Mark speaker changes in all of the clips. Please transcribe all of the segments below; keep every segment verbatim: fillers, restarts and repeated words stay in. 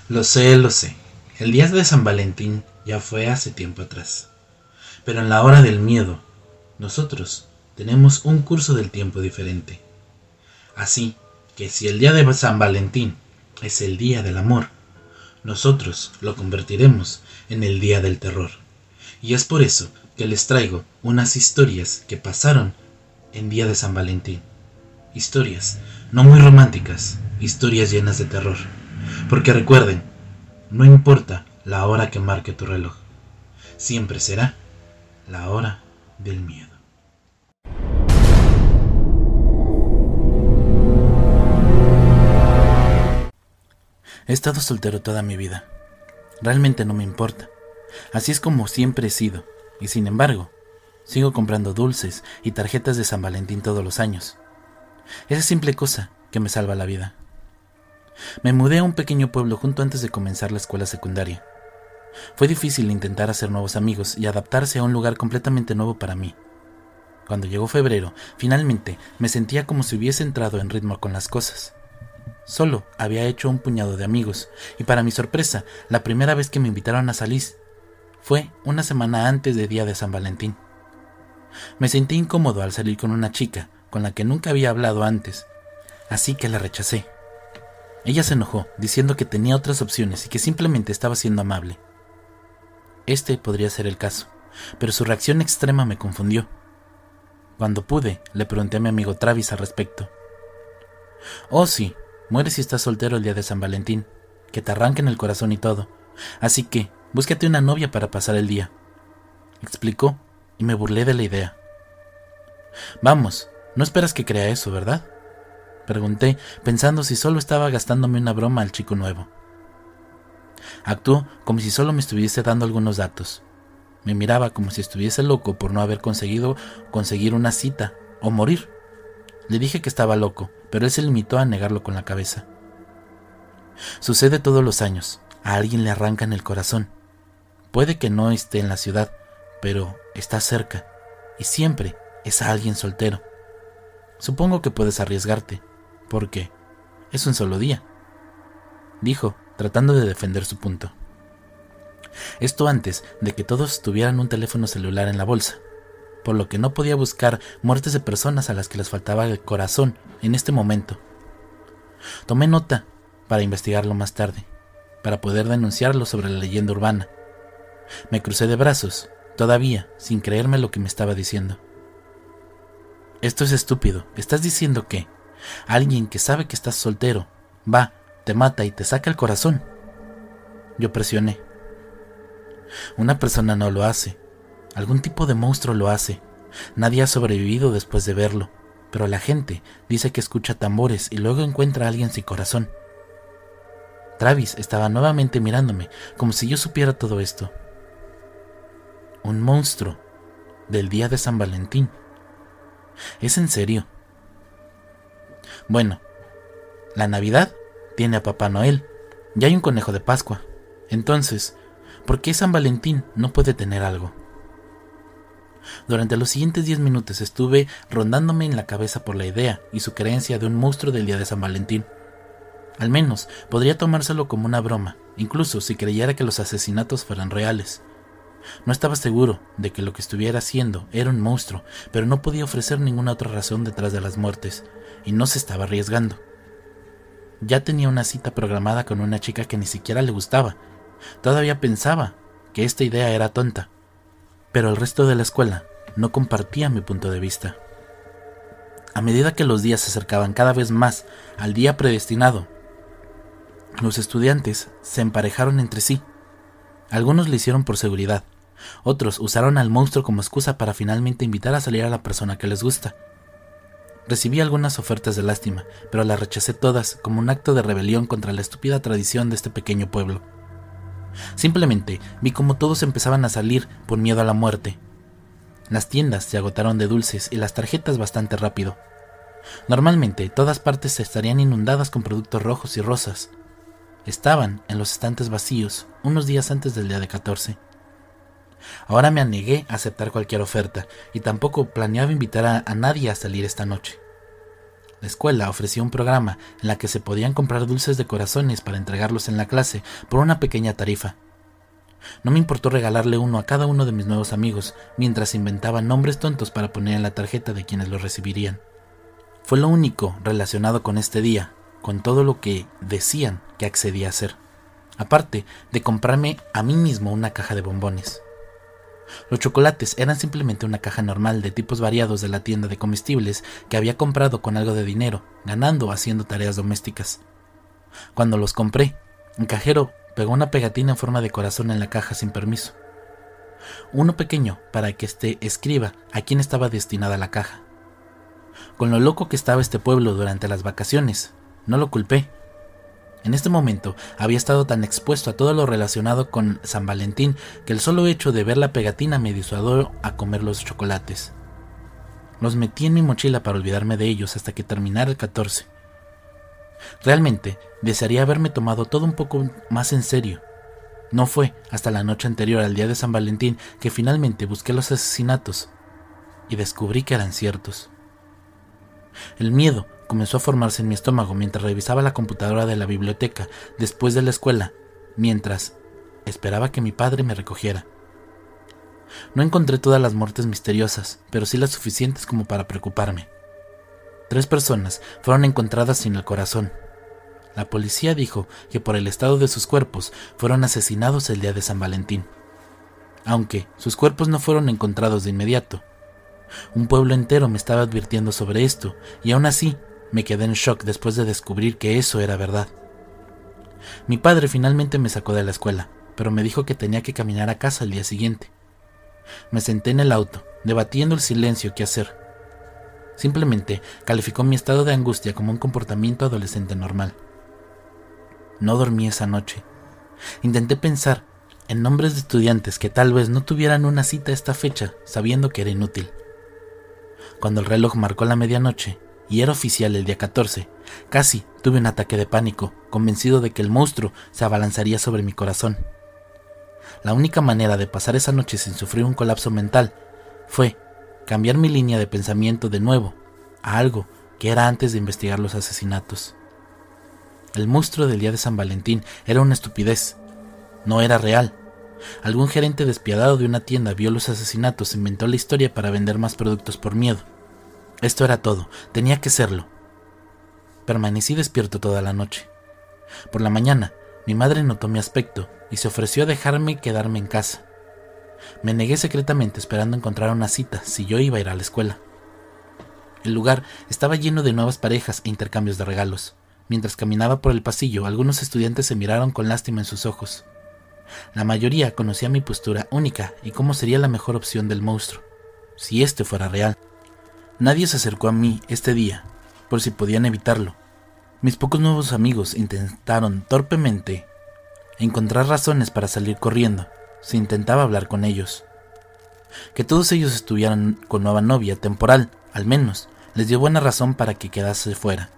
Speaker 1: Lo sé, lo sé. El día de San Valentín ya fue hace tiempo atrás. Pero en la hora del miedo, nosotros tenemos un curso del tiempo diferente. Así que si el día de San Valentín es el día del amor, nosotros lo convertiremos en el día del terror. Y es por eso que les traigo unas historias que pasaron en día de San Valentín. Historias no muy románticas, historias llenas de terror. Porque recuerden, no importa la hora que marque tu reloj, siempre será la hora del miedo.
Speaker 2: He estado soltero toda mi vida. Realmente no me importa. Así es como siempre he sido. Y sin embargo, sigo comprando dulces y tarjetas de San Valentín todos los años. Esa simple cosa que me salva la vida. Me mudé a un pequeño pueblo justo antes de comenzar la escuela secundaria. Fue difícil intentar hacer nuevos amigos y adaptarse a un lugar completamente nuevo para mí. Cuando llegó febrero, finalmente me sentía como si hubiese entrado en ritmo con las cosas. Solo había hecho un puñado de amigos, y para mi sorpresa, la primera vez que me invitaron a salir fue una semana antes del día de San Valentín. Me sentí incómodo al salir con una chica con la que nunca había hablado antes, así que la rechacé. Ella se enojó, diciendo que tenía otras opciones y que simplemente estaba siendo amable. Este podría ser el caso, pero su reacción extrema me confundió. Cuando pude, le pregunté a mi amigo Travis al respecto. «Oh sí, mueres si estás soltero el día de San Valentín, que te arranquen el corazón y todo, así que búscate una novia para pasar el día», explicó, y me burlé de la idea. «Vamos, no esperas que crea eso, ¿verdad?», pregunté, pensando si solo estaba gastándome una broma al chico nuevo. Actuó como si solo me estuviese dando algunos datos. Me miraba como si estuviese loco por no haber conseguido conseguir una cita o morir. Le dije que estaba loco, pero él se limitó a negarlo con la cabeza. Sucede todos los años. A alguien le arrancan el corazón. Puede que no esté en la ciudad, pero está cerca, y siempre es a alguien soltero. Supongo que puedes arriesgarte, porque es un solo día, dijo, tratando de defender su punto. Esto antes de que todos tuvieran un teléfono celular en la bolsa, por lo que no podía buscar muertes de personas a las que les faltaba el corazón en este momento. Tomé nota para investigarlo más tarde, para poder denunciarlo sobre la leyenda urbana. Me crucé de brazos, todavía sin creerme lo que me estaba diciendo. «Esto es estúpido. Estás diciendo que alguien que sabe que estás soltero va, te mata y te saca el corazón». Yo presioné. «Una persona no lo hace. Algún tipo de monstruo lo hace. Nadie ha sobrevivido después de verlo, pero la gente dice que escucha tambores y luego encuentra a alguien sin corazón». Travis estaba nuevamente mirándome, como si yo supiera todo esto. «Un monstruo del día de San Valentín. ¿Es en serio?». «Bueno, la Navidad tiene a Papá Noel y hay un conejo de Pascua. Entonces, ¿por qué San Valentín no puede tener algo?». Durante los siguientes diez minutos estuve rondándome en la cabeza por la idea y su creencia de un monstruo del día de San Valentín. Al menos podría tomárselo como una broma, incluso si creyera que los asesinatos fueran reales. No estaba seguro de que lo que estuviera haciendo era un monstruo, pero no podía ofrecer ninguna otra razón detrás de las muertes, y no se estaba arriesgando. Ya tenía una cita programada con una chica que ni siquiera le gustaba. Todavía pensaba que esta idea era tonta, pero el resto de la escuela no compartía mi punto de vista. A medida que los días se acercaban cada vez más al día predestinado, los estudiantes se emparejaron entre sí. Algunos lo hicieron por seguridad, otros usaron al monstruo como excusa para finalmente invitar a salir a la persona que les gusta. Recibí algunas ofertas de lástima, pero las rechacé todas como un acto de rebelión contra la estúpida tradición de este pequeño pueblo. Simplemente vi cómo todos empezaban a salir por miedo a la muerte. Las tiendas se agotaron de dulces y las tarjetas bastante rápido. Normalmente todas partes estarían inundadas con productos rojos y rosas. Estaban en los estantes vacíos unos días antes del día de catorce. Ahora me negué a aceptar cualquier oferta y tampoco planeaba invitar a, a nadie a salir esta noche. La escuela ofrecía un programa en la que se podían comprar dulces de corazones para entregarlos en la clase por una pequeña tarifa. No me importó regalarle uno a cada uno de mis nuevos amigos, mientras inventaba nombres tontos para poner en la tarjeta de quienes los recibirían. Fue lo único relacionado con este día, con todo lo que decían que accedí a hacer, aparte de comprarme a mí mismo una caja de bombones. Los chocolates eran simplemente una caja normal de tipos variados de la tienda de comestibles que había comprado con algo de dinero, ganando haciendo tareas domésticas. Cuando los compré, el cajero pegó una pegatina en forma de corazón en la caja sin permiso. Uno pequeño para que éste escriba a quién estaba destinada la caja. Con lo loco que estaba este pueblo durante las vacaciones, no lo culpé. En este momento había estado tan expuesto a todo lo relacionado con San Valentín que el solo hecho de ver la pegatina me disuadió a comer los chocolates. Los metí en mi mochila para olvidarme de ellos hasta que terminara el catorce. Realmente desearía haberme tomado todo un poco más en serio. No fue hasta la noche anterior al día de San Valentín que finalmente busqué los asesinatos y descubrí que eran ciertos. El miedo comenzó a formarse en mi estómago mientras revisaba la computadora de la biblioteca después de la escuela, mientras esperaba que mi padre me recogiera. No encontré todas las muertes misteriosas, pero sí las suficientes como para preocuparme. Tres personas fueron encontradas sin el corazón. La policía dijo que por el estado de sus cuerpos fueron asesinados el día de San Valentín, aunque sus cuerpos no fueron encontrados de inmediato. Un pueblo entero me estaba advirtiendo sobre esto, y aún así me quedé en shock después de descubrir que eso era verdad. Mi padre finalmente me sacó de la escuela, pero me dijo que tenía que caminar a casa al día siguiente. Me senté en el auto, debatiendo el silencio qué hacer. Simplemente calificó mi estado de angustia como un comportamiento adolescente normal. No dormí esa noche. Intenté pensar en nombres de estudiantes que tal vez no tuvieran una cita a esta fecha, sabiendo que era inútil. Cuando el reloj marcó la medianoche, y era oficial el día catorce, casi tuve un ataque de pánico, convencido de que el monstruo se abalanzaría sobre mi corazón. La única manera de pasar esa noche sin sufrir un colapso mental fue cambiar mi línea de pensamiento de nuevo a algo que era antes de investigar los asesinatos. El monstruo del día de San Valentín era una estupidez. No era real. Algún gerente despiadado de una tienda vio los asesinatos e inventó la historia para vender más productos por miedo. Esto era todo, tenía que serlo. Permanecí despierto toda la noche. Por la mañana, mi madre notó mi aspecto y se ofreció a dejarme quedarme en casa. Me negué secretamente esperando encontrar una cita si yo iba a ir a la escuela. El lugar estaba lleno de nuevas parejas e intercambios de regalos. Mientras caminaba por el pasillo, algunos estudiantes se miraron con lástima en sus ojos. La mayoría conocía mi postura única y cómo sería la mejor opción del monstruo, si este fuera real. Nadie se acercó a mí este día, por si podían evitarlo. Mis pocos nuevos amigos intentaron torpemente encontrar razones para salir corriendo, si intentaba hablar con ellos. Que todos ellos estuvieran con nueva novia temporal, al menos, les dio buena razón para que quedase fuera.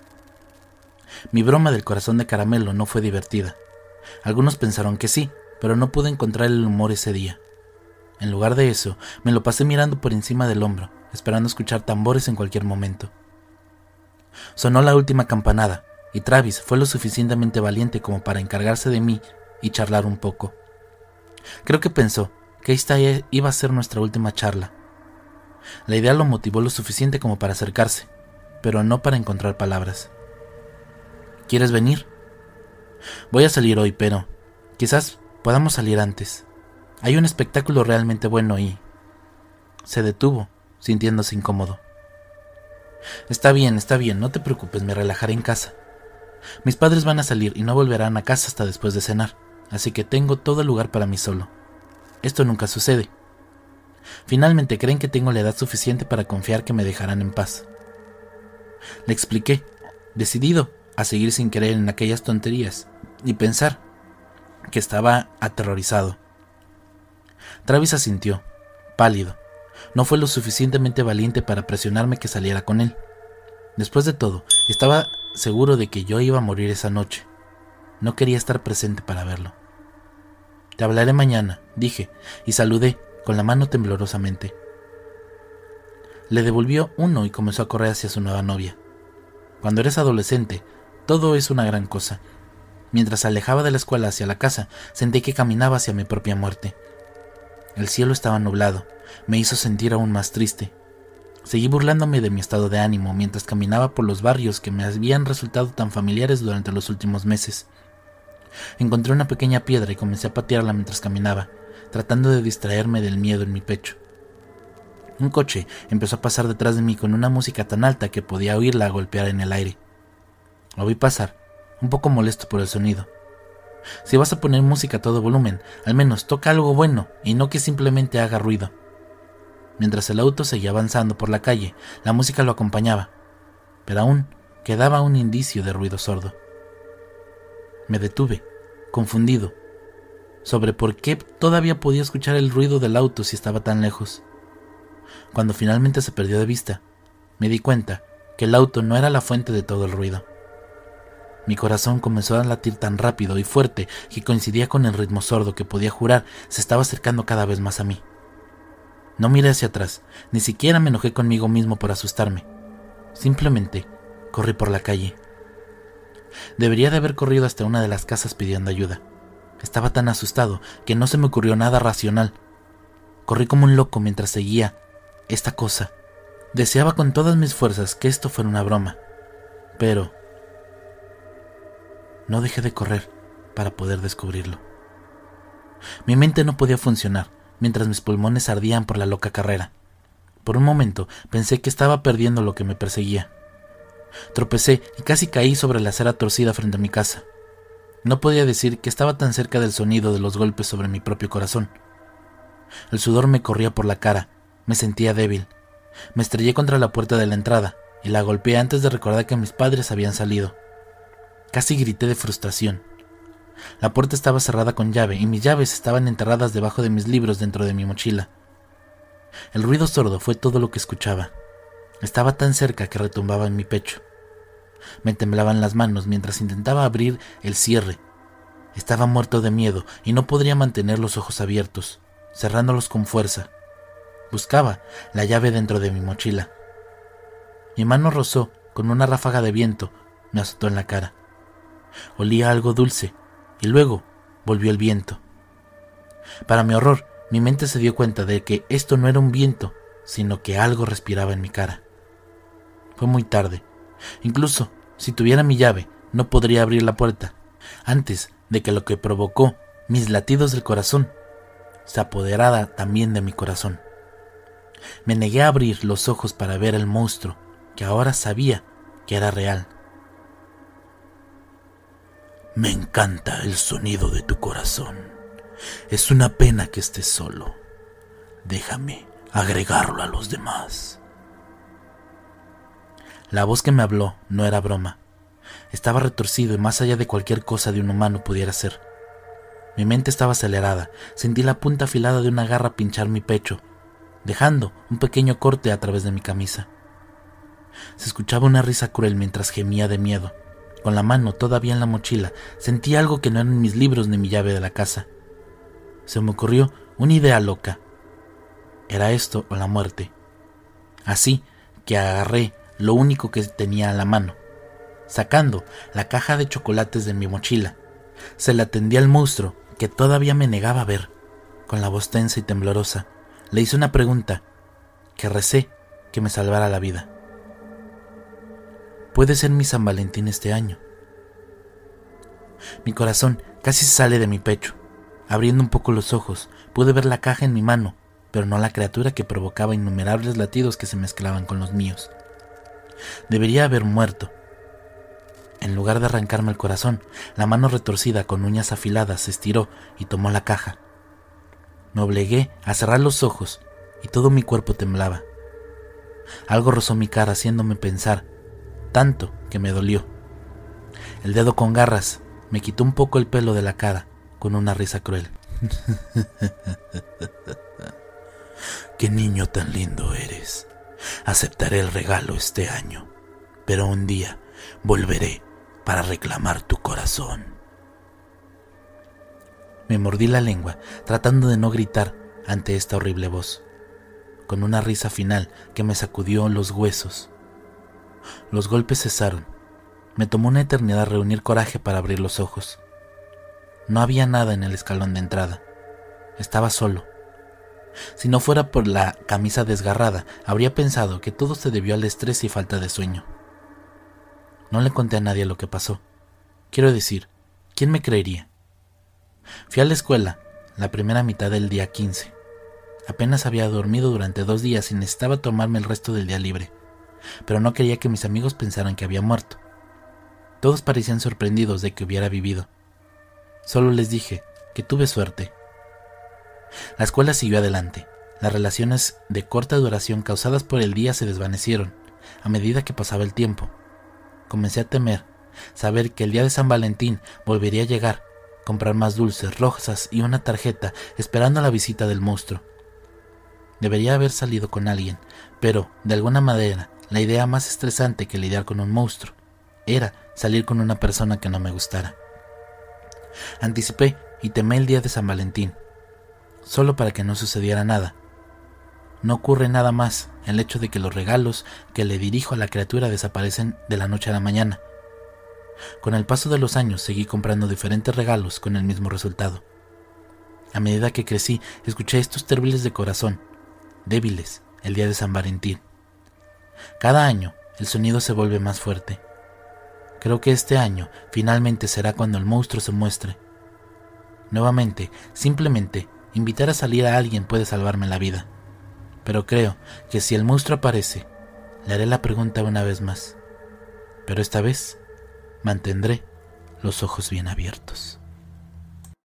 Speaker 2: Mi broma del corazón de caramelo no fue divertida. Algunos pensaron que sí, pero no pude encontrar el humor ese día. En lugar de eso, me lo pasé mirando por encima del hombro, esperando escuchar tambores en cualquier momento. Sonó la última campanada, y Travis fue lo suficientemente valiente como para encargarse de mí y charlar un poco. Creo que pensó que esta iba a ser nuestra última charla. La idea lo motivó lo suficiente como para acercarse, pero no para encontrar palabras. ¿Quieres venir? Voy a salir hoy, pero quizás podamos salir antes. Hay un espectáculo realmente bueno y... Se detuvo, sintiéndose incómodo. Está bien, está bien, no te preocupes, me relajaré en casa. Mis padres van a salir y no volverán a casa hasta después de cenar, así que tengo todo el lugar para mí solo. Esto nunca sucede. Finalmente creen que tengo la edad suficiente para confiar que me dejarán en paz. Le expliqué, decidido a seguir sin creer en aquellas tonterías y pensar que estaba aterrorizado. Travis asintió, pálido. No fue lo suficientemente valiente para presionarme que saliera con él. Después de todo, estaba seguro de que yo iba a morir esa noche. No quería estar presente para verlo. Te hablaré mañana, dije, y saludé, con la mano temblorosamente. Le devolvió uno y comenzó a correr hacia su nueva novia. Cuando eres adolescente, todo es una gran cosa. Mientras alejaba de la escuela hacia la casa, sentí que caminaba hacia mi propia muerte. El cielo estaba nublado, me hizo sentir aún más triste. Seguí burlándome de mi estado de ánimo mientras caminaba por los barrios que me habían resultado tan familiares durante los últimos meses. Encontré una pequeña piedra y comencé a patearla mientras caminaba, tratando de distraerme del miedo en mi pecho. Un coche empezó a pasar detrás de mí con una música tan alta que podía oírla golpear en el aire. Lo vi pasar, un poco molesto por el sonido. Si vas a poner música a todo volumen, al menos toca algo bueno y no que simplemente haga ruido. Mientras el auto seguía avanzando por la calle, la música lo acompañaba, pero aún quedaba un indicio de ruido sordo. Me detuve, confundido, sobre por qué todavía podía escuchar el ruido del auto si estaba tan lejos. Cuando finalmente se perdió de vista, me di cuenta que el auto no era la fuente de todo el ruido. Mi corazón comenzó a latir tan rápido y fuerte que coincidía con el ritmo sordo que podía jurar se estaba acercando cada vez más a mí. No miré hacia atrás, ni siquiera me enojé conmigo mismo por asustarme. Simplemente corrí por la calle. Debería de haber corrido hasta una de las casas pidiendo ayuda. Estaba tan asustado que no se me ocurrió nada racional. Corrí como un loco mientras seguía esta cosa. Deseaba con todas mis fuerzas que esto fuera una broma, pero no dejé de correr para poder descubrirlo. Mi mente no podía funcionar mientras mis pulmones ardían por la loca carrera. Por un momento pensé que estaba perdiendo lo que me perseguía. Tropecé y casi caí sobre la acera torcida frente a mi casa. No podía decir que estaba tan cerca del sonido de los golpes sobre mi propio corazón. El sudor me corría por la cara, me sentía débil. Me estrellé contra la puerta de la entrada y la golpeé antes de recordar que mis padres habían salido. Casi grité de frustración. La puerta estaba cerrada con llave y mis llaves estaban enterradas debajo de mis libros dentro de mi mochila. El ruido sordo fue todo lo que escuchaba. Estaba tan cerca que retumbaba en mi pecho. Me temblaban las manos mientras intentaba abrir el cierre. Estaba muerto de miedo y no podría mantener los ojos abiertos, cerrándolos con fuerza. Buscaba la llave dentro de mi mochila. Mi mano rozó con una ráfaga de viento, me azotó en la cara. Olía algo dulce y luego volvió el viento. Para mi horror, mi mente se dio cuenta de que esto no era un viento, sino que algo respiraba en mi cara. Fue muy tarde. Incluso si tuviera mi llave, no podría abrir la puerta antes de que lo que provocó mis latidos del corazón se apoderara también de mi corazón. Me negué a abrir los ojos para ver el monstruo que ahora sabía que era real. Me encanta el sonido de tu corazón. Es una pena que estés solo. Déjame agregarlo a los demás. La voz que me habló no era broma. Estaba retorcido y más allá de cualquier cosa de un humano pudiera ser. Mi mente estaba acelerada. Sentí la punta afilada de una garra pinchar mi pecho, dejando un pequeño corte a través de mi camisa. Se escuchaba una risa cruel mientras gemía de miedo. Con la mano todavía en la mochila, sentí algo que no eran mis libros ni mi llave de la casa. Se me ocurrió una idea loca. Era esto o la muerte. Así que agarré lo único que tenía a la mano. Sacando la caja de chocolates de mi mochila, se la tendí al monstruo que todavía me negaba a ver. Con la voz tensa y temblorosa, le hice una pregunta que recé que me salvara la vida. Puede ser mi San Valentín este año. Mi corazón casi sale de mi pecho. Abriendo un poco los ojos, pude ver la caja en mi mano, pero no la criatura que provocaba innumerables latidos que se mezclaban con los míos. Debería haber muerto. En lugar de arrancarme el corazón, la mano retorcida con uñas afiladas se estiró y tomó la caja. Me obligué a cerrar los ojos y todo mi cuerpo temblaba. Algo rozó mi cara haciéndome pensar, tanto que me dolió. El dedo con garras me quitó un poco el pelo de la cara con una risa cruel. ¡Qué niño tan lindo eres! Aceptaré el regalo este año, pero un día volveré para reclamar tu corazón. Me mordí la lengua, tratando de no gritar ante esta horrible voz, con una risa final que me sacudió los huesos. los golpes cesaron. Me tomó una eternidad reunir coraje para abrir los ojos. No había nada en el escalón de entrada. Estaba solo. Si no fuera por la camisa desgarrada, habría pensado que todo se debió al estrés y falta de sueño. No le conté a nadie lo que pasó. Quiero decir, ¿quién me creería? Fui a la escuela la primera mitad del día quince. Apenas había dormido durante dos días y necesitaba tomarme el resto del día libre, pero no quería que mis amigos pensaran que había muerto. Todos parecían sorprendidos de que hubiera vivido. Solo les dije que tuve suerte. La escuela siguió adelante. Las relaciones de corta duración causadas por el día se desvanecieron a medida que pasaba el tiempo. Comencé a temer, saber que el día de San Valentín volvería a llegar, comprar más dulces, rosas y una tarjeta esperando la visita del monstruo. Debería haber salido con alguien, pero, de alguna manera, la idea más estresante que lidiar con un monstruo era salir con una persona que no me gustara. Anticipé y temé el día de San Valentín, solo para que no sucediera nada. No ocurre nada más el hecho de que los regalos que le dirijo a la criatura desaparecen de la noche a la mañana. Con el paso de los años seguí comprando diferentes regalos con el mismo resultado. A medida que crecí, escuché estos terribles de corazón, débiles, el día de San Valentín. Cada año el sonido se vuelve más fuerte. Creo que este año finalmente será cuando el monstruo se muestre. Nuevamente, simplemente, invitar a salir a alguien puede salvarme la vida. Pero creo que si el monstruo aparece, le haré la pregunta una vez más. Pero esta vez, mantendré los ojos bien abiertos.